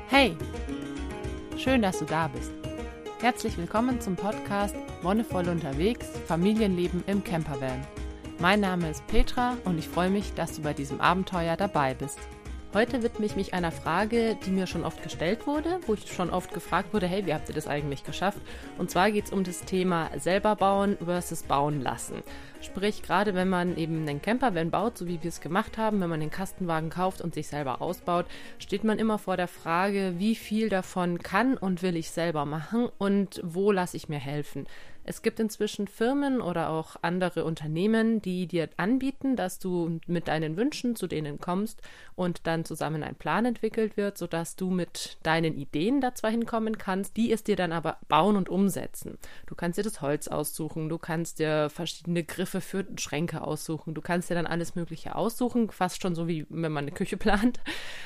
Hey, schön, dass du da bist. Herzlich willkommen zum Podcast Wonnevoll unterwegs, Familienleben im Campervan. Mein Name ist Petra und ich freue mich, dass du bei diesem Abenteuer dabei bist. Heute widme ich mich einer Frage, die mir schon oft gestellt wurde, wo ich schon oft gefragt wurde, hey, wie habt ihr das eigentlich geschafft? Und zwar geht es um das Thema selber bauen versus bauen lassen. Sprich, gerade wenn man eben einen Campervan baut, so wie wir es gemacht haben, wenn man den Kastenwagen kauft und sich selber ausbaut, steht man immer vor der Frage, wie viel davon kann und will ich selber machen und wo lasse ich mir helfen? Es gibt inzwischen Firmen oder auch andere Unternehmen, die dir anbieten, dass du mit deinen Wünschen zu denen kommst und dann zusammen ein Plan entwickelt wird, sodass du mit deinen Ideen da zwar hinkommen kannst, die es dir dann aber bauen und umsetzen. Du kannst dir das Holz aussuchen, du kannst dir verschiedene Griffe für Schränke aussuchen, du kannst dir dann alles Mögliche aussuchen, fast schon so wie wenn man eine Küche plant,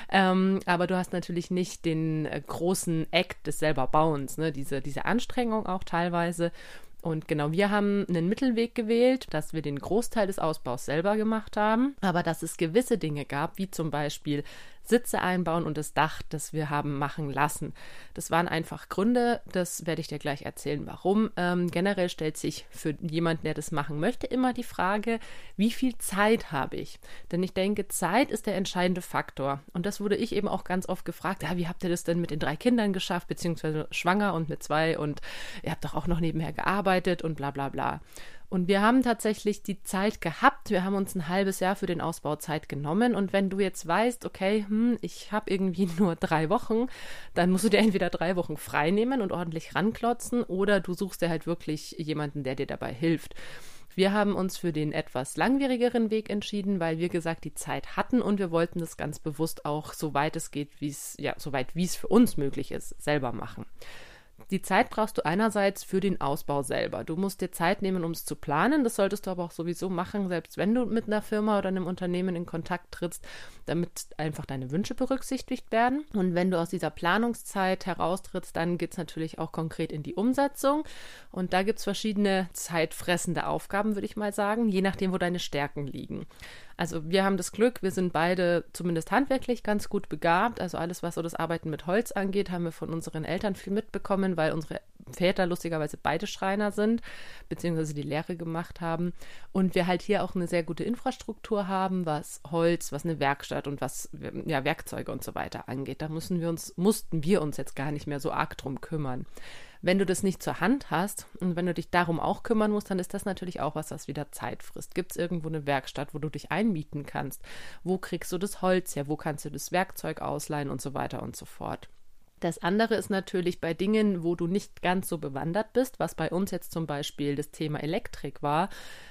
aber du hast natürlich nicht den großen Act des Selberbauens, ne? Diese Anstrengung auch teilweise. Und genau, wir haben einen Mittelweg gewählt, dass wir den Großteil des Ausbaus selber gemacht haben, aber dass es gewisse Dinge gab, wie zum Beispiel Sitze einbauen und das Dach, das wir haben machen lassen. Das waren einfach Gründe, das werde ich dir gleich erzählen, warum. Generell stellt sich für jemanden, der das machen möchte, immer die Frage, wie viel Zeit habe ich? Denn ich denke, Zeit ist der entscheidende Faktor. Und das wurde ich eben auch ganz oft gefragt, ja, wie habt ihr das denn mit den 3 Kindern geschafft, beziehungsweise schwanger und mit 2 und ihr habt doch auch noch nebenher gearbeitet und bla bla bla. Und wir haben tatsächlich die Zeit gehabt, wir haben uns ein halbes Jahr für den Ausbau Zeit genommen und wenn du jetzt weißt, okay, ich habe irgendwie nur 3 Wochen, dann musst du dir entweder 3 Wochen frei nehmen und ordentlich ranklotzen oder du suchst dir halt wirklich jemanden, der dir dabei hilft. Wir haben uns für den etwas langwierigeren Weg entschieden, weil wir gesagt die Zeit hatten und wir wollten das ganz bewusst auch, soweit es geht, soweit wie es für uns möglich ist, selber machen. Die Zeit brauchst du einerseits für den Ausbau selber. Du musst dir Zeit nehmen, um es zu planen. Das solltest du aber auch sowieso machen, selbst wenn du mit einer Firma oder einem Unternehmen in Kontakt trittst, damit einfach deine Wünsche berücksichtigt werden. Und wenn du aus dieser Planungszeit heraustrittst, dann geht es natürlich auch konkret in die Umsetzung. Und da gibt es verschiedene zeitfressende Aufgaben, würde ich mal sagen, je nachdem, wo deine Stärken liegen. Also wir haben das Glück, wir sind beide zumindest handwerklich ganz gut begabt. Also alles, was so das Arbeiten mit Holz angeht, haben wir von unseren Eltern viel mitbekommen, weil unsere Väter lustigerweise beide Schreiner sind, beziehungsweise die Lehre gemacht haben. Und wir halt hier auch eine sehr gute Infrastruktur haben, was Holz, was eine Werkstatt und was Werkzeuge und so weiter angeht. Da mussten wir uns jetzt gar nicht mehr so arg drum kümmern. Wenn du das nicht zur Hand hast und wenn du dich darum auch kümmern musst, dann ist das natürlich auch was wieder Zeit frisst. Gibt es irgendwo eine Werkstatt, wo du dich einmieten kannst? Wo kriegst du das Holz her? Wo kannst du das Werkzeug ausleihen und so weiter und so fort? Das andere ist natürlich bei Dingen, wo du nicht ganz so bewandert bist, was bei uns jetzt zum Beispiel das Thema Elektrik war.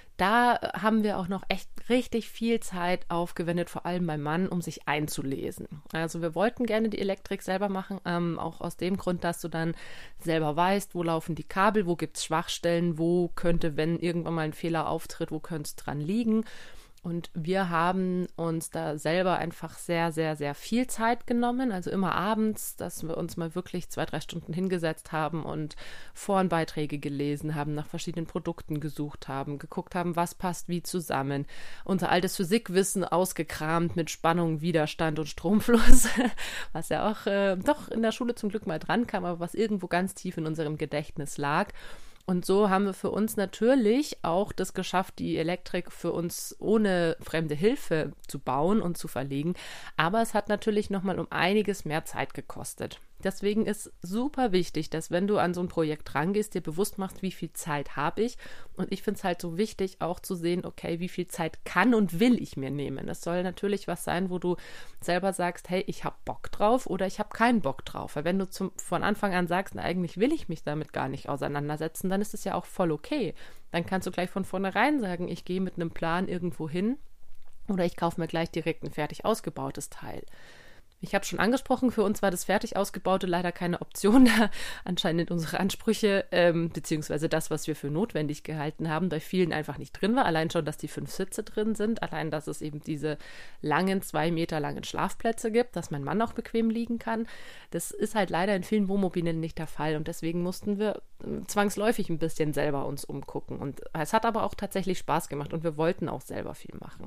Da haben wir auch noch echt richtig viel Zeit aufgewendet, vor allem beim Mann, um sich einzulesen. Also wir wollten gerne die Elektrik selber machen, auch aus dem Grund, dass du dann selber weißt, wo laufen die Kabel, wo gibt es Schwachstellen, wo könnte, wenn irgendwann mal ein Fehler auftritt, wo könnte es dran liegen. Und wir haben uns da selber einfach sehr, sehr, sehr viel Zeit genommen, also immer abends, dass wir uns mal wirklich 2-3 Stunden hingesetzt haben und Forenbeiträge gelesen haben, nach verschiedenen Produkten gesucht haben, geguckt haben, was passt wie zusammen, unser altes Physikwissen ausgekramt mit Spannung, Widerstand und Stromfluss, was ja auch doch in der Schule zum Glück mal dran kam, aber was irgendwo ganz tief in unserem Gedächtnis lag. Und so haben wir für uns natürlich auch das geschafft, die Elektrik für uns ohne fremde Hilfe zu bauen und zu verlegen. Aber es hat natürlich nochmal um einiges mehr Zeit gekostet. Deswegen ist super wichtig, dass wenn du an so ein Projekt rangehst, dir bewusst machst, wie viel Zeit habe ich. Und ich finde es halt so wichtig, auch zu sehen, okay, wie viel Zeit kann und will ich mir nehmen. Es soll natürlich was sein, wo du selber sagst, hey, ich habe Bock drauf oder ich habe keinen Bock drauf. Weil wenn du von Anfang an sagst, na, eigentlich will ich mich damit gar nicht auseinandersetzen, dann ist es ja auch voll okay. Dann kannst du gleich von vornherein sagen, ich gehe mit einem Plan irgendwo hin oder ich kaufe mir gleich direkt ein fertig ausgebautes Teil. Ich habe schon angesprochen, für uns war das fertig ausgebaute leider keine Option, da anscheinend unsere Ansprüche beziehungsweise das, was wir für notwendig gehalten haben, bei vielen einfach nicht drin war. Allein schon, dass die 5 Sitze drin sind, allein, dass es eben diese langen, 2 Meter langen Schlafplätze gibt, dass mein Mann auch bequem liegen kann. Das ist halt leider in vielen Wohnmobilen nicht der Fall und deswegen mussten wir zwangsläufig ein bisschen selber uns umgucken. Und es hat aber auch tatsächlich Spaß gemacht und wir wollten auch selber viel machen.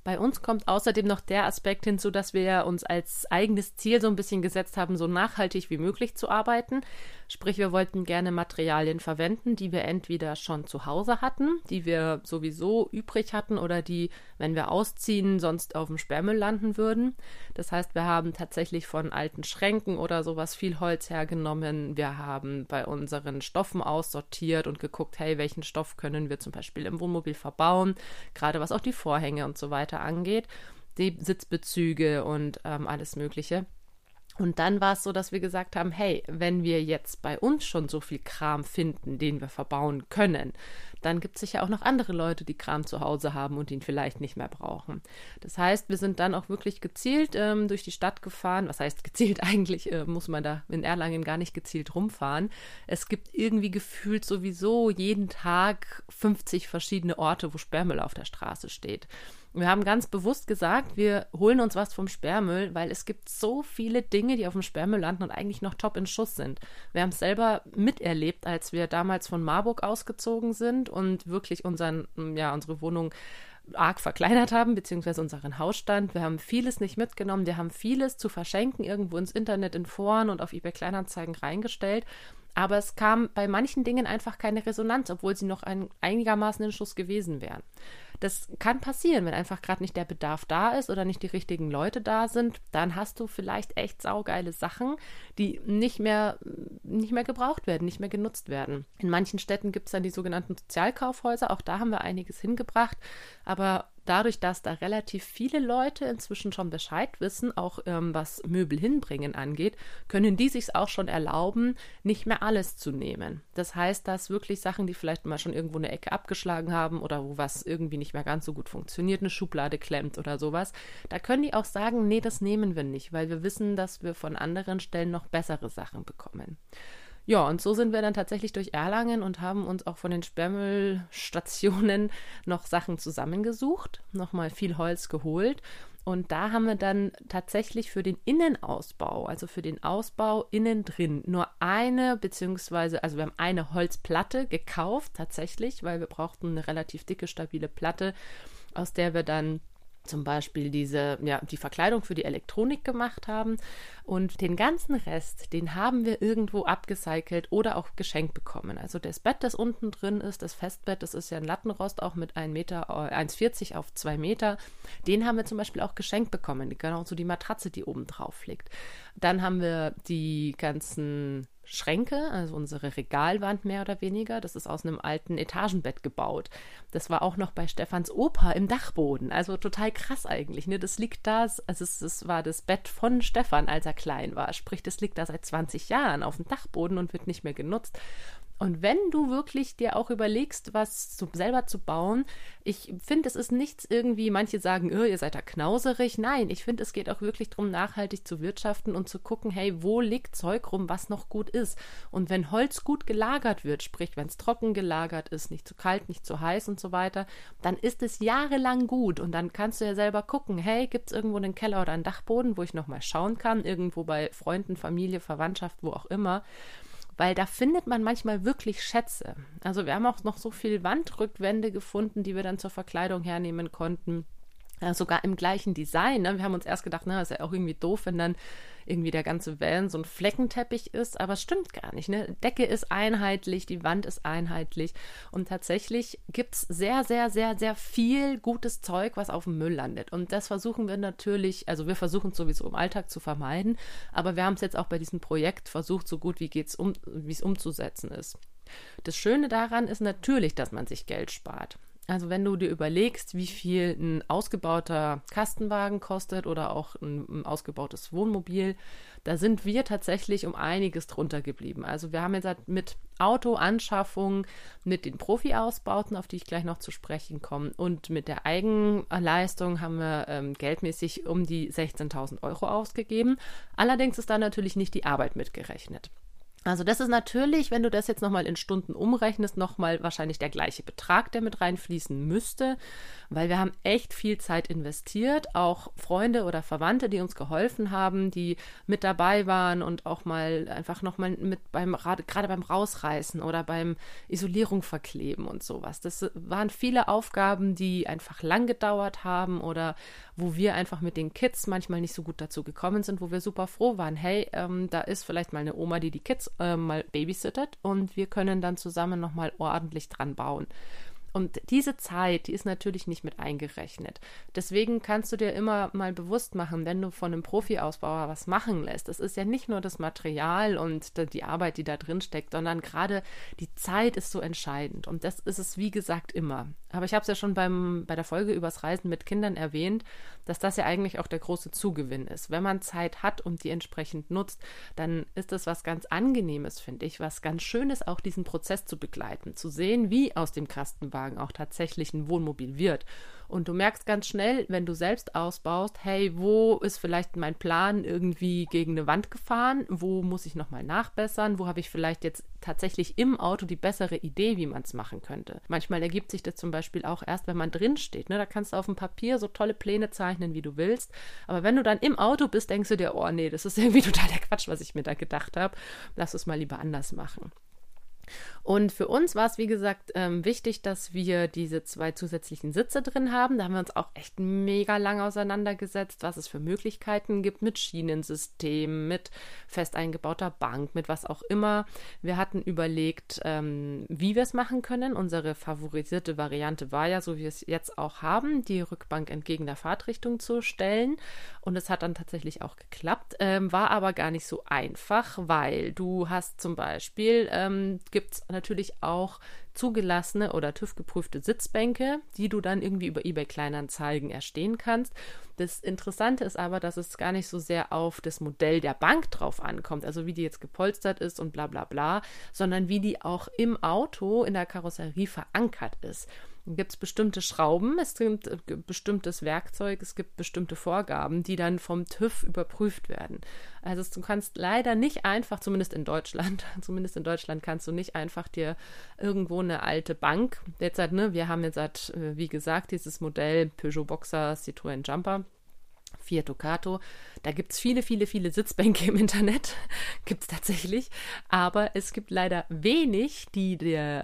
Bei uns kommt außerdem noch der Aspekt hinzu, dass wir uns als eigenes Ziel so ein bisschen gesetzt haben, so nachhaltig wie möglich zu arbeiten. Sprich, wir wollten gerne Materialien verwenden, die wir entweder schon zu Hause hatten, die wir sowieso übrig hatten oder die, wenn wir ausziehen, sonst auf dem Sperrmüll landen würden. Das heißt, wir haben tatsächlich von alten Schränken oder sowas viel Holz hergenommen. Wir haben bei unseren Stoffen aussortiert und geguckt, hey, welchen Stoff können wir zum Beispiel im Wohnmobil verbauen, gerade was auch die Vorhänge und so weiter angeht, die Sitzbezüge und alles Mögliche. Und dann war es so, dass wir gesagt haben, hey, wenn wir jetzt bei uns schon so viel Kram finden, den wir verbauen können, dann gibt es sicher auch noch andere Leute, die Kram zu Hause haben und ihn vielleicht nicht mehr brauchen. Das heißt, wir sind dann auch wirklich gezielt durch die Stadt gefahren. Was heißt gezielt? Eigentlich muss man da in Erlangen gar nicht gezielt rumfahren. Es gibt irgendwie gefühlt sowieso jeden Tag 50 verschiedene Orte, wo Sperrmüll auf der Straße steht. Wir haben ganz bewusst gesagt, wir holen uns was vom Sperrmüll, weil es gibt so viele Dinge, die auf dem Sperrmüll landen und eigentlich noch top in Schuss sind. Wir haben es selber miterlebt, als wir damals von Marburg ausgezogen sind und wirklich unsere Wohnung arg verkleinert haben, beziehungsweise unseren Hausstand. Wir haben vieles nicht mitgenommen, wir haben vieles zu verschenken, irgendwo ins Internet, in Foren und auf eBay Kleinanzeigen reingestellt. Aber es kam bei manchen Dingen einfach keine Resonanz, obwohl sie noch einigermaßen in Schuss gewesen wären. Das kann passieren, wenn einfach gerade nicht der Bedarf da ist oder nicht die richtigen Leute da sind, dann hast du vielleicht echt saugeile Sachen, die nicht mehr gebraucht werden, nicht mehr genutzt werden. In manchen Städten gibt es dann die sogenannten Sozialkaufhäuser, auch da haben wir einiges hingebracht, aber dadurch, dass da relativ viele Leute inzwischen schon Bescheid wissen, auch was Möbel hinbringen angeht, können die sich auch schon erlauben, nicht mehr alles zu nehmen. Das heißt, dass wirklich Sachen, die vielleicht mal schon irgendwo eine Ecke abgeschlagen haben oder wo was irgendwie nicht mehr ganz so gut funktioniert, eine Schublade klemmt oder sowas, da können die auch sagen, nee, das nehmen wir nicht, weil wir wissen, dass wir von anderen Stellen noch bessere Sachen bekommen. Ja, und so sind wir dann tatsächlich durch Erlangen und haben uns auch von den Sperrmüllstationen noch Sachen zusammengesucht, nochmal viel Holz geholt. Und da haben wir dann tatsächlich für den Innenausbau, also für den Ausbau innen drin, nur wir haben eine Holzplatte gekauft tatsächlich, weil wir brauchten eine relativ dicke, stabile Platte, aus der wir dann zum Beispiel die Verkleidung für die Elektronik gemacht haben. Und den ganzen Rest, den haben wir irgendwo abgecycelt oder auch geschenkt bekommen. Also das Bett, das unten drin ist, das Festbett, das ist ja ein Lattenrost, auch mit 1,40 auf 2 Meter. Den haben wir zum Beispiel auch geschenkt bekommen. Genauso die Matratze, die oben drauf liegt. Dann haben wir die ganzen Schränke, also unsere Regalwand mehr oder weniger, das ist aus einem alten Etagenbett gebaut. Das war auch noch bei Stefans Opa im Dachboden, also total krass eigentlich. Ne? Das liegt da, also es war das Bett von Stefan, als er klein war. Sprich, das liegt da seit 20 Jahren auf dem Dachboden und wird nicht mehr genutzt. Und wenn du wirklich dir auch überlegst, selber zu bauen, ich finde, es ist nichts irgendwie, manche sagen, ihr seid da knauserig. Nein, ich finde, es geht auch wirklich darum, nachhaltig zu wirtschaften und zu gucken, hey, wo liegt Zeug rum, was noch gut ist? Und wenn Holz gut gelagert wird, sprich, wenn es trocken gelagert ist, nicht zu kalt, nicht zu heiß und so weiter, dann ist es jahrelang gut. Und dann kannst du ja selber gucken, hey, gibt es irgendwo einen Keller oder einen Dachboden, wo ich nochmal schauen kann, irgendwo bei Freunden, Familie, Verwandtschaft, wo auch immer. Weil da findet man manchmal wirklich Schätze. Also wir haben auch noch so viele Wandrückwände gefunden, die wir dann zur Verkleidung hernehmen konnten. Sogar im gleichen Design. Ne? Wir haben uns erst gedacht, das ist ja auch irgendwie doof, wenn dann irgendwie der ganze Van so ein Fleckenteppich ist, aber es stimmt gar nicht. Ne? Decke ist einheitlich, die Wand ist einheitlich und tatsächlich gibt es sehr, sehr, sehr, sehr viel gutes Zeug, was auf dem Müll landet. Und das versuchen wir natürlich, also wir versuchen es sowieso im Alltag zu vermeiden, aber wir haben es jetzt auch bei diesem Projekt versucht, so gut wie es umzusetzen ist. Das Schöne daran ist natürlich, dass man sich Geld spart. Also wenn du dir überlegst, wie viel ein ausgebauter Kastenwagen kostet oder auch ein ausgebautes Wohnmobil, da sind wir tatsächlich um einiges drunter geblieben. Also wir haben jetzt mit Autoanschaffung, mit den Profi-Ausbauten, auf die ich gleich noch zu sprechen komme, und mit der Eigenleistung haben wir geldmäßig um die 16.000 € ausgegeben. Allerdings ist da natürlich nicht die Arbeit mitgerechnet. Also das ist natürlich, wenn du das jetzt nochmal in Stunden umrechnest, nochmal wahrscheinlich der gleiche Betrag, der mit reinfließen müsste, weil wir haben echt viel Zeit investiert, auch Freunde oder Verwandte, die uns geholfen haben, die mit dabei waren und auch mal einfach nochmal mit gerade beim Rausreißen oder beim Isolierung verkleben und sowas. Das waren viele Aufgaben, die einfach lang gedauert haben oder wo wir einfach mit den Kids manchmal nicht so gut dazu gekommen sind, wo wir super froh waren, hey, da ist vielleicht mal eine Oma, die Kids mal babysittet und wir können dann zusammen nochmal ordentlich dran bauen. Und diese Zeit, die ist natürlich nicht mit eingerechnet. Deswegen kannst du dir immer mal bewusst machen, wenn du von einem Profi-Ausbauer was machen lässt. Es ist ja nicht nur das Material und die Arbeit, die da drin steckt, sondern gerade die Zeit ist so entscheidend. Und das ist es, wie gesagt, immer. Aber ich habe es ja schon bei der Folge übers Reisen mit Kindern erwähnt, dass das ja eigentlich auch der große Zugewinn ist. Wenn man Zeit hat und die entsprechend nutzt, dann ist das was ganz Angenehmes, finde ich, was ganz Schönes, auch diesen Prozess zu begleiten, zu sehen, wie aus dem Kastenwagen auch tatsächlich ein Wohnmobil wird. Und du merkst ganz schnell, wenn du selbst ausbaust, hey, wo ist vielleicht mein Plan irgendwie gegen eine Wand gefahren? Wo muss ich nochmal nachbessern? Wo habe ich vielleicht jetzt tatsächlich im Auto die bessere Idee, wie man es machen könnte? Manchmal ergibt sich das zum Beispiel auch erst, wenn man drin steht. Ne? Da kannst du auf dem Papier so tolle Pläne zeichnen, wie du willst. Aber wenn du dann im Auto bist, denkst du dir, oh nee, das ist irgendwie total der Quatsch, was ich mir da gedacht habe. Lass es mal lieber anders machen. Und für uns war es, wie gesagt, wichtig, dass wir diese 2 zusätzlichen Sitze drin haben. Da haben wir uns auch echt mega lang auseinandergesetzt, was es für Möglichkeiten gibt mit Schienensystem, mit fest eingebauter Bank, mit was auch immer. Wir hatten überlegt, wie wir es machen können. Unsere favorisierte Variante war ja, so wie wir es jetzt auch haben, die Rückbank entgegen der Fahrtrichtung zu stellen. Und es hat dann tatsächlich auch geklappt, war aber gar nicht so einfach, weil du hast zum Beispiel, gibt es natürlich auch zugelassene oder TÜV-geprüfte Sitzbänke, die du dann irgendwie über eBay-Kleinanzeigen erstehen kannst. Das Interessante ist aber, dass es gar nicht so sehr auf das Modell der Bank drauf ankommt, also wie die jetzt gepolstert ist und bla bla bla, sondern wie die auch im Auto in der Karosserie verankert ist. Gibt es bestimmte Schrauben, es gibt bestimmtes Werkzeug, es gibt bestimmte Vorgaben, die dann vom TÜV überprüft werden. Also du kannst leider nicht einfach, zumindest in Deutschland kannst du nicht einfach dir irgendwo eine alte Bank, jetzt halt, ne, wir haben jetzt halt, wie gesagt, dieses Modell Peugeot Boxer, Citroën Jumper, Fiat Ducato. Da gibt es viele, viele, viele Sitzbänke im Internet, gibt es tatsächlich, aber es gibt leider wenig, die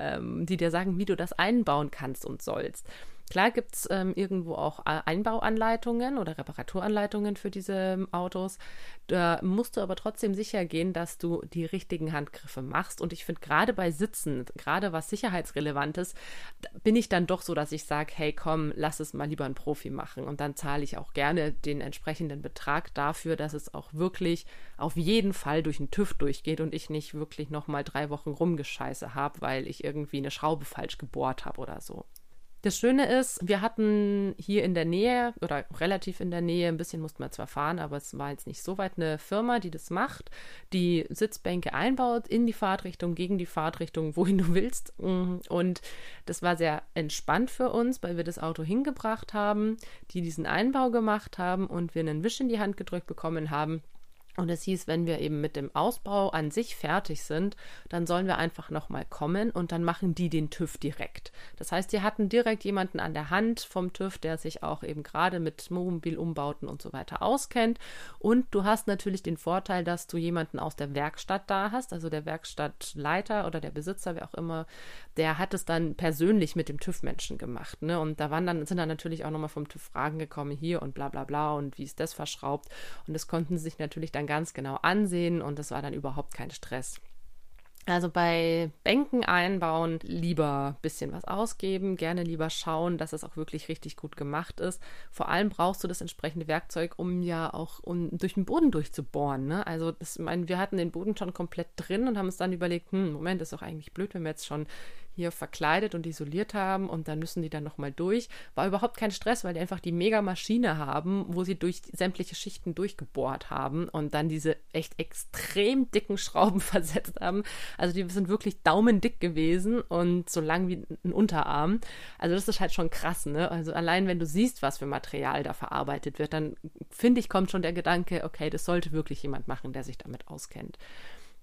dir sagen, wie du das einbauen kannst und sollst. Klar gibt es irgendwo auch Einbauanleitungen oder Reparaturanleitungen für diese Autos. Da musst du aber trotzdem sicher gehen, dass du die richtigen Handgriffe machst. Und ich finde, gerade bei Sitzen, gerade was Sicherheitsrelevantes, bin ich dann doch so, dass ich sage, hey komm, lass es mal lieber ein Profi machen. Und dann zahle ich auch gerne den entsprechenden Betrag dafür, dass es auch wirklich auf jeden Fall durch den TÜV durchgeht und ich nicht wirklich nochmal 3 Wochen rumgescheiße habe, weil ich irgendwie eine Schraube falsch gebohrt habe oder so. Das Schöne ist, wir hatten hier in der Nähe oder relativ in der Nähe, ein bisschen mussten wir zwar fahren, aber es war jetzt nicht so weit, eine Firma, die das macht, die Sitzbänke einbaut in die Fahrtrichtung, gegen die Fahrtrichtung, wohin du willst. Und das war sehr entspannt für uns, weil wir das Auto hingebracht haben, die diesen Einbau gemacht haben und wir einen Wisch in die Hand gedrückt bekommen haben. Und es hieß, wenn wir eben mit dem Ausbau an sich fertig sind, dann sollen wir einfach nochmal kommen und dann machen die den TÜV direkt. Das heißt, die hatten direkt jemanden an der Hand vom TÜV, der sich auch eben gerade mit Mobilumbauten und so weiter auskennt. Und du hast natürlich den Vorteil, dass du jemanden aus der Werkstatt da hast, also der Werkstattleiter oder der Besitzer, wer auch immer, der hat es dann persönlich mit dem TÜV-Menschen gemacht. Ne? Und sind dann natürlich auch nochmal vom TÜV Fragen gekommen, hier und bla bla bla und wie ist das verschraubt. Und das konnten sie sich natürlich dann ganz genau ansehen und das war dann überhaupt kein Stress. Also bei Bänken einbauen lieber ein bisschen was ausgeben, gerne lieber schauen, dass es auch wirklich richtig gut gemacht ist. Vor allem brauchst du das entsprechende Werkzeug, um durch den Boden durchzubohren. Ne? Also wir hatten den Boden schon komplett drin und haben uns dann überlegt, Moment, ist doch eigentlich blöd, wenn wir jetzt schon hier verkleidet und isoliert haben und dann müssen die dann nochmal durch. War überhaupt kein Stress, weil die einfach die Mega-Maschine haben, wo sie durch sämtliche Schichten durchgebohrt haben und dann diese echt extrem dicken Schrauben versetzt haben. Also die sind wirklich daumendick gewesen und so lang wie ein Unterarm. Also das ist halt schon krass, ne? Also allein wenn du siehst, was für Material da verarbeitet wird, dann finde ich, kommt schon der Gedanke, okay, das sollte wirklich jemand machen, der sich damit auskennt.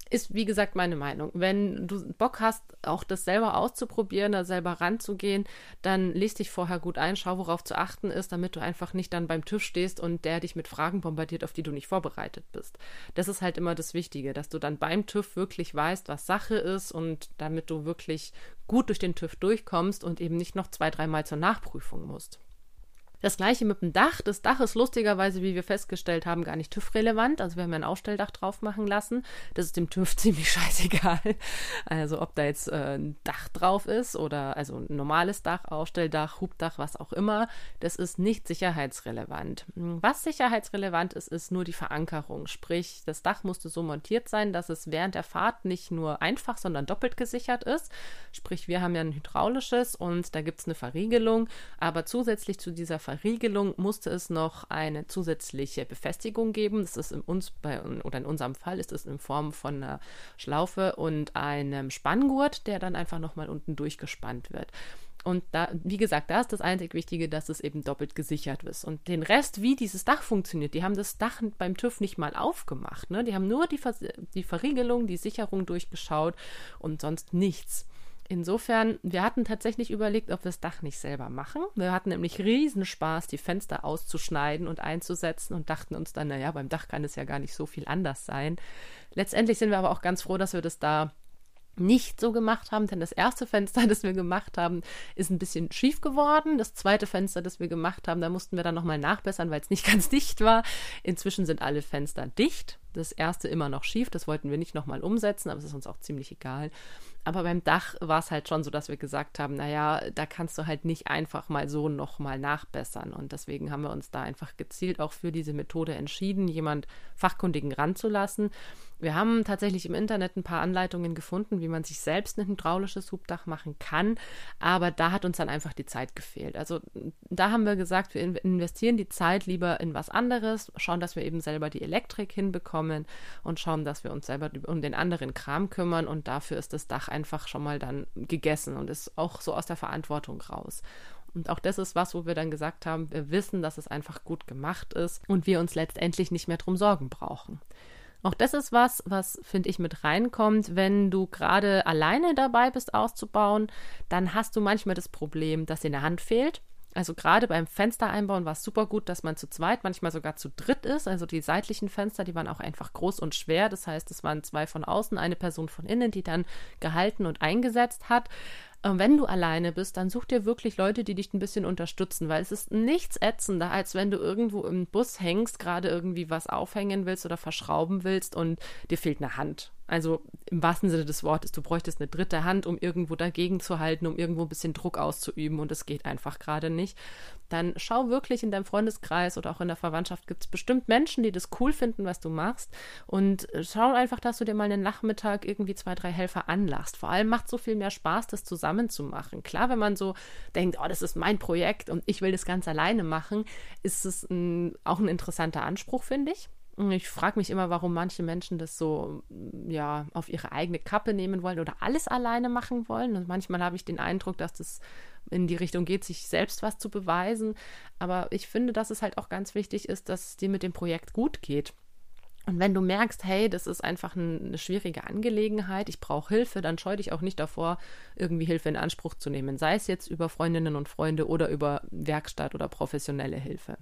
Ist, wie gesagt, meine Meinung. Wenn du Bock hast, auch das selber auszuprobieren, da selber ranzugehen, dann lest dich vorher gut ein, schau, worauf zu achten ist, damit du einfach nicht dann beim TÜV stehst und der dich mit Fragen bombardiert, auf die du nicht vorbereitet bist. Das ist halt immer das Wichtige, dass du dann beim TÜV wirklich weißt, was Sache ist und damit du wirklich gut durch den TÜV durchkommst und eben nicht noch 2-3 Mal zur Nachprüfung musst. Das gleiche mit dem Dach. Das Dach ist lustigerweise, wie wir festgestellt haben, gar nicht TÜV-relevant. Also wir haben ja ein Aufstelldach drauf machen lassen. Das ist dem TÜV ziemlich scheißegal. Also ob da jetzt ein Dach drauf ist oder also ein normales Dach, Aufstelldach, Hubdach, was auch immer. Das ist nicht sicherheitsrelevant. Was sicherheitsrelevant ist, ist nur die Verankerung. Sprich, das Dach musste so montiert sein, dass es während der Fahrt nicht nur einfach, sondern doppelt gesichert ist. Sprich, wir haben ja ein hydraulisches und da gibt es eine Verriegelung. Aber zusätzlich zu dieser Verriegelung musste es noch eine zusätzliche Befestigung geben. Das ist in unserem Fall ist es in Form von einer Schlaufe und einem Spanngurt, der dann einfach nochmal unten durchgespannt wird. Und da, wie gesagt, da ist das einzig Wichtige, dass es eben doppelt gesichert ist. Und den Rest, wie dieses Dach funktioniert, die haben das Dach beim TÜV nicht mal aufgemacht. Ne? Die haben nur die Verriegelung, die Sicherung durchgeschaut und sonst nichts. Insofern, wir hatten tatsächlich überlegt, ob wir das Dach nicht selber machen. Wir hatten nämlich riesen Spaß, die Fenster auszuschneiden und einzusetzen und dachten uns dann, naja, beim Dach kann es ja gar nicht so viel anders sein. Letztendlich sind wir aber auch ganz froh, dass wir das da nicht so gemacht haben, denn das erste Fenster, das wir gemacht haben, ist ein bisschen schief geworden. Das zweite Fenster, das wir gemacht haben, da mussten wir dann nochmal nachbessern, weil es nicht ganz dicht war. Inzwischen sind alle Fenster dicht. Das erste immer noch schief, das wollten wir nicht nochmal umsetzen, aber es ist uns auch ziemlich egal. Aber beim Dach war es halt schon so, dass wir gesagt haben, naja, da kannst du halt nicht einfach mal so nochmal nachbessern. Und deswegen haben wir uns da einfach gezielt auch für diese Methode entschieden, jemand Fachkundigen ranzulassen. Wir haben tatsächlich im Internet ein paar Anleitungen gefunden, wie man sich selbst ein hydraulisches Hubdach machen kann, aber da hat uns dann einfach die Zeit gefehlt. Also da haben wir gesagt, wir investieren die Zeit lieber in was anderes, schauen, dass wir eben selber die Elektrik hinbekommen und schauen, dass wir uns selber um den anderen Kram kümmern und dafür ist das Dach einfach schon mal dann gegessen und ist auch so aus der Verantwortung raus. Und auch das ist was, wo wir dann gesagt haben, wir wissen, dass es einfach gut gemacht ist und wir uns letztendlich nicht mehr drum Sorgen brauchen. Auch das ist was, finde ich, mit reinkommt, wenn du gerade alleine dabei bist auszubauen, dann hast du manchmal das Problem, dass dir eine Hand fehlt. Also gerade beim Fenstereinbauen war es super gut, dass man zu zweit, manchmal sogar zu dritt ist. Also die seitlichen Fenster, die waren auch einfach groß und schwer. Das heißt, es waren 2 von außen, eine Person von innen, die dann gehalten und eingesetzt hat. Wenn du alleine bist, dann such dir wirklich Leute, die dich ein bisschen unterstützen, weil es ist nichts ätzender, als wenn du irgendwo im Bus hängst, gerade irgendwie was aufhängen willst oder verschrauben willst und dir fehlt eine Hand. Also im wahrsten Sinne des Wortes, du bräuchtest eine dritte Hand, um irgendwo dagegen zu halten, um irgendwo ein bisschen Druck auszuüben und es geht einfach gerade nicht. Dann schau wirklich in deinem Freundeskreis oder auch in der Verwandtschaft, gibt es bestimmt Menschen, die das cool finden, was du machst und schau einfach, dass du dir mal einen Nachmittag irgendwie 2, 3 Helfer anlachst. Vor allem macht es so viel mehr Spaß, das zusammen zu machen. Klar, wenn man so denkt, oh, das ist mein Projekt und ich will das ganz alleine machen, ist es auch ein interessanter Anspruch, finde ich. Ich frage mich immer, warum manche Menschen das so ja auf ihre eigene Kappe nehmen wollen oder alles alleine machen wollen. Und manchmal habe ich den Eindruck, dass das in die Richtung geht, sich selbst was zu beweisen. Aber ich finde, dass es halt auch ganz wichtig ist, dass es dir mit dem Projekt gut geht. Und wenn du merkst, hey, das ist einfach eine schwierige Angelegenheit, ich brauche Hilfe, dann scheu dich auch nicht davor, irgendwie Hilfe in Anspruch zu nehmen. Sei es jetzt über Freundinnen und Freunde oder über Werkstatt oder professionelle Hilfe.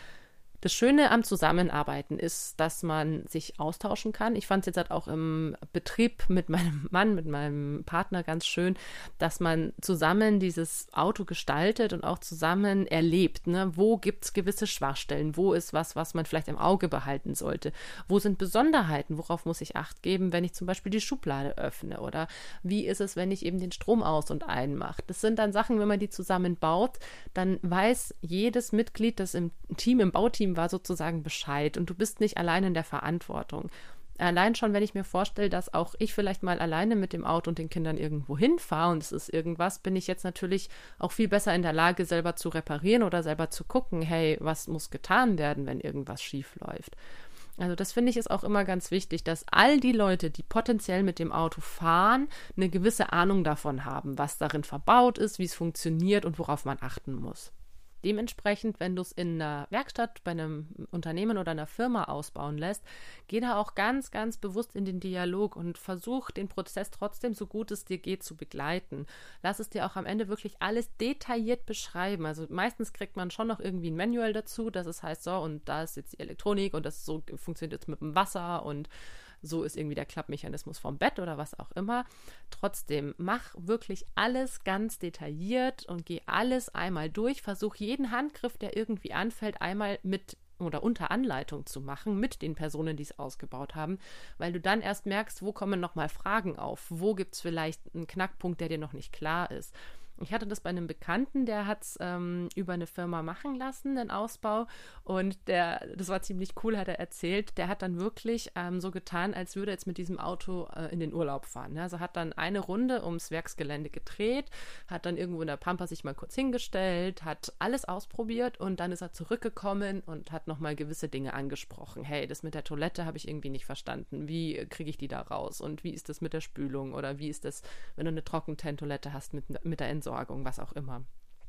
Das Schöne am Zusammenarbeiten ist, dass man sich austauschen kann. Ich fand es jetzt halt auch im Betrieb mit meinem Mann, mit meinem Partner ganz schön, dass man zusammen dieses Auto gestaltet und auch zusammen erlebt. Ne? Wo gibt es gewisse Schwachstellen? Wo ist was man vielleicht im Auge behalten sollte? Wo sind Besonderheiten? Worauf muss ich Acht geben, wenn ich zum Beispiel die Schublade öffne? Oder wie ist es, wenn ich eben den Strom aus- und einmache? Das sind dann Sachen, wenn man die zusammen baut, dann weiß jedes Mitglied, das im Team, im Bauteam war, sozusagen Bescheid und du bist nicht allein in der Verantwortung. Allein schon, wenn ich mir vorstelle, dass auch ich vielleicht mal alleine mit dem Auto und den Kindern irgendwo hinfahre und es ist irgendwas, bin ich jetzt natürlich auch viel besser in der Lage, selber zu reparieren oder selber zu gucken, hey, was muss getan werden, wenn irgendwas schief läuft. Also das finde ich ist auch immer ganz wichtig, dass all die Leute, die potenziell mit dem Auto fahren, eine gewisse Ahnung davon haben, was darin verbaut ist, wie es funktioniert und worauf man achten muss. Dementsprechend, wenn du es in einer Werkstatt, bei einem Unternehmen oder einer Firma ausbauen lässt, geh da auch ganz, ganz bewusst in den Dialog und versuch den Prozess trotzdem, so gut es dir geht, zu begleiten. Lass es dir auch am Ende wirklich alles detailliert beschreiben. Also meistens kriegt man schon noch irgendwie ein Manual dazu, dass es heißt, so, und da ist jetzt die Elektronik und das so funktioniert jetzt mit dem Wasser und so ist irgendwie der Klappmechanismus vom Bett oder was auch immer. Trotzdem, mach wirklich alles ganz detailliert und geh alles einmal durch. Versuch jeden Handgriff, der irgendwie anfällt, einmal mit oder unter Anleitung zu machen mit den Personen, die es ausgebaut haben, weil du dann erst merkst, wo kommen nochmal Fragen auf, wo gibt es vielleicht einen Knackpunkt, der dir noch nicht klar ist. Ich hatte das bei einem Bekannten, der hat es über eine Firma machen lassen, den Ausbau, und das war ziemlich cool, hat er erzählt, der hat dann wirklich so getan, als würde er jetzt mit diesem Auto in den Urlaub fahren. Ne? Also hat dann eine Runde ums Werksgelände gedreht, hat dann irgendwo in der Pampa sich mal kurz hingestellt, hat alles ausprobiert und dann ist er zurückgekommen und hat nochmal gewisse Dinge angesprochen. Hey, das mit der Toilette habe ich irgendwie nicht verstanden. Wie kriege ich die da raus? Und wie ist das mit der Spülung? Oder wie ist das, wenn du eine Trockentrenntoilette hast mit der Entsorgung, was auch immer.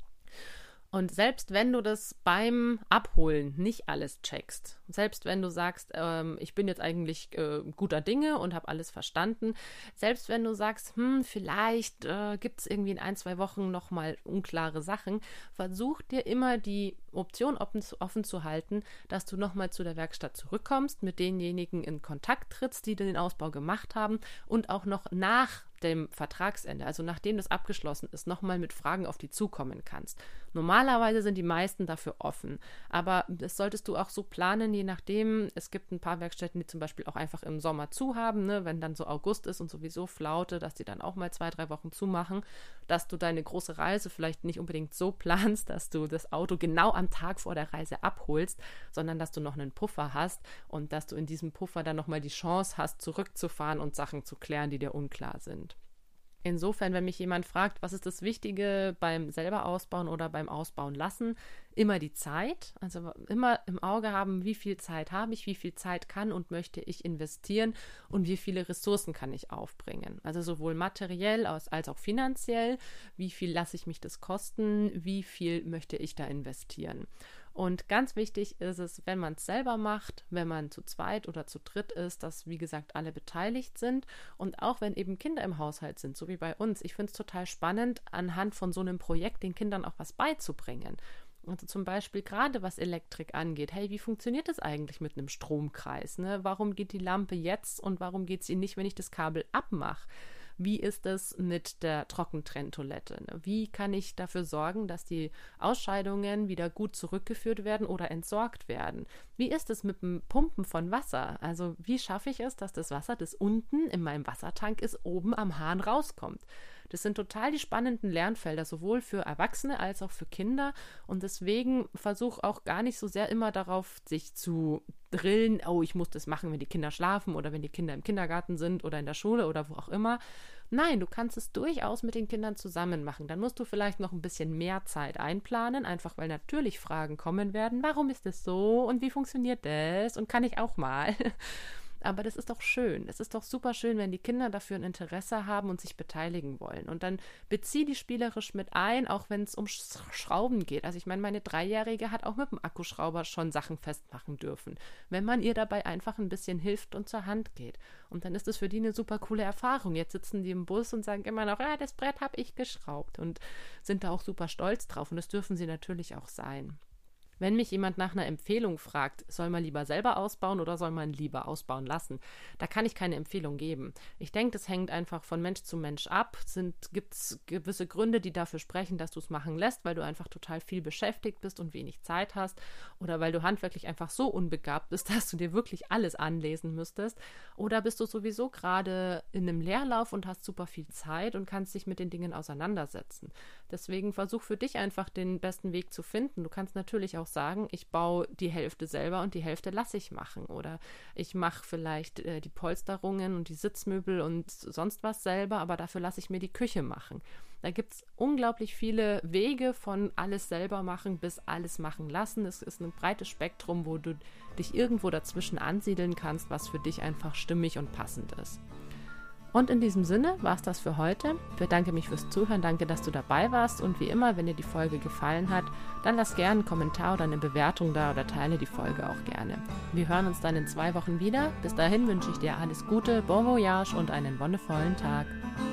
Und selbst wenn du das beim Abholen nicht alles checkst, selbst wenn du sagst, ich bin jetzt eigentlich guter Dinge und habe alles verstanden, selbst wenn du sagst, vielleicht gibt es irgendwie in 1-2 Wochen nochmal unklare Sachen, versuch dir immer die Option offen zu halten, dass du nochmal zu der Werkstatt zurückkommst, mit denjenigen in Kontakt trittst, die den Ausbau gemacht haben und auch noch nach dem Vertragsende, also nachdem das abgeschlossen ist, nochmal mit Fragen auf die zukommen kannst. Normalerweise sind die meisten dafür offen, aber das solltest du auch so planen, je nachdem. Es gibt ein paar Werkstätten, die zum Beispiel auch einfach im Sommer zu haben, ne? Wenn dann so August ist und sowieso Flaute, dass die dann auch mal 2-3 Wochen zumachen, dass du deine große Reise vielleicht nicht unbedingt so planst, dass du das Auto genau am Tag vor der Reise abholst, sondern dass du noch einen Puffer hast und dass du in diesem Puffer dann nochmal die Chance hast, zurückzufahren und Sachen zu klären, die dir unklar sind. Insofern, wenn mich jemand fragt, was ist das Wichtige beim selber ausbauen oder beim Ausbauen lassen, immer die Zeit, also immer im Auge haben, wie viel Zeit habe ich, wie viel Zeit kann und möchte ich investieren und wie viele Ressourcen kann ich aufbringen. Also sowohl materiell als auch finanziell, wie viel lasse ich mich das kosten, wie viel möchte ich da investieren. Und ganz wichtig ist es, wenn man es selber macht, wenn man zu zweit oder zu dritt ist, dass, wie gesagt, alle beteiligt sind. Und auch wenn eben Kinder im Haushalt sind, so wie bei uns. Ich finde es total spannend, anhand von so einem Projekt den Kindern auch was beizubringen. Also zum Beispiel gerade was Elektrik angeht. Hey, wie funktioniert das eigentlich mit einem Stromkreis? Ne? Warum geht die Lampe jetzt und warum geht sie nicht, wenn ich das Kabel abmache? Wie ist es mit der Trockentrenntoilette? Wie kann ich dafür sorgen, dass die Ausscheidungen wieder gut zurückgeführt werden oder entsorgt werden? Wie ist es mit dem Pumpen von Wasser? Also wie schaffe ich es, dass das Wasser, das unten in meinem Wassertank ist, oben am Hahn rauskommt? Das sind total die spannenden Lernfelder, sowohl für Erwachsene als auch für Kinder. Und deswegen versuche auch gar nicht so sehr immer darauf, sich zu drillen, oh, ich muss das machen, wenn die Kinder schlafen oder wenn die Kinder im Kindergarten sind oder in der Schule oder wo auch immer. Nein, du kannst es durchaus mit den Kindern zusammen machen. Dann musst du vielleicht noch ein bisschen mehr Zeit einplanen, einfach weil natürlich Fragen kommen werden. Warum ist das so und wie funktioniert das und kann ich auch mal? Aber das ist doch schön. Es ist doch super schön, wenn die Kinder dafür ein Interesse haben und sich beteiligen wollen. Und dann bezieh die spielerisch mit ein, auch wenn es um Schrauben geht. Also ich meine, meine 3-Jährige hat auch mit dem Akkuschrauber schon Sachen festmachen dürfen, wenn man ihr dabei einfach ein bisschen hilft und zur Hand geht. Und dann ist es für die eine super coole Erfahrung. Jetzt sitzen die im Bus und sagen immer noch, ja, das Brett habe ich geschraubt und sind da auch super stolz drauf. Und das dürfen sie natürlich auch sein. Wenn mich jemand nach einer Empfehlung fragt, soll man lieber selber ausbauen oder soll man lieber ausbauen lassen, da kann ich keine Empfehlung geben. Ich denke, das hängt einfach von Mensch zu Mensch ab. Gibt es gewisse Gründe, die dafür sprechen, dass du es machen lässt, weil du einfach total viel beschäftigt bist und wenig Zeit hast oder weil du handwerklich einfach so unbegabt bist, dass du dir wirklich alles anlesen müsstest, oder bist du sowieso gerade in einem Leerlauf und hast super viel Zeit und kannst dich mit den Dingen auseinandersetzen. Deswegen versuch für dich einfach den besten Weg zu finden. Du kannst natürlich auch sagen, ich baue die Hälfte selber und die Hälfte lasse ich machen. Oder ich mache vielleicht die Polsterungen und die Sitzmöbel und sonst was selber, aber dafür lasse ich mir die Küche machen. Da gibt es unglaublich viele Wege von alles selber machen bis alles machen lassen. Es ist ein breites Spektrum, wo du dich irgendwo dazwischen ansiedeln kannst, was für dich einfach stimmig und passend ist. Und in diesem Sinne war es das für heute. Ich bedanke mich fürs Zuhören, danke, dass du dabei warst und wie immer, wenn dir die Folge gefallen hat, dann lass gerne einen Kommentar oder eine Bewertung da oder teile die Folge auch gerne. Wir hören uns dann in 2 Wochen wieder. Bis dahin wünsche ich dir alles Gute, bon voyage und einen wonnevollen Tag.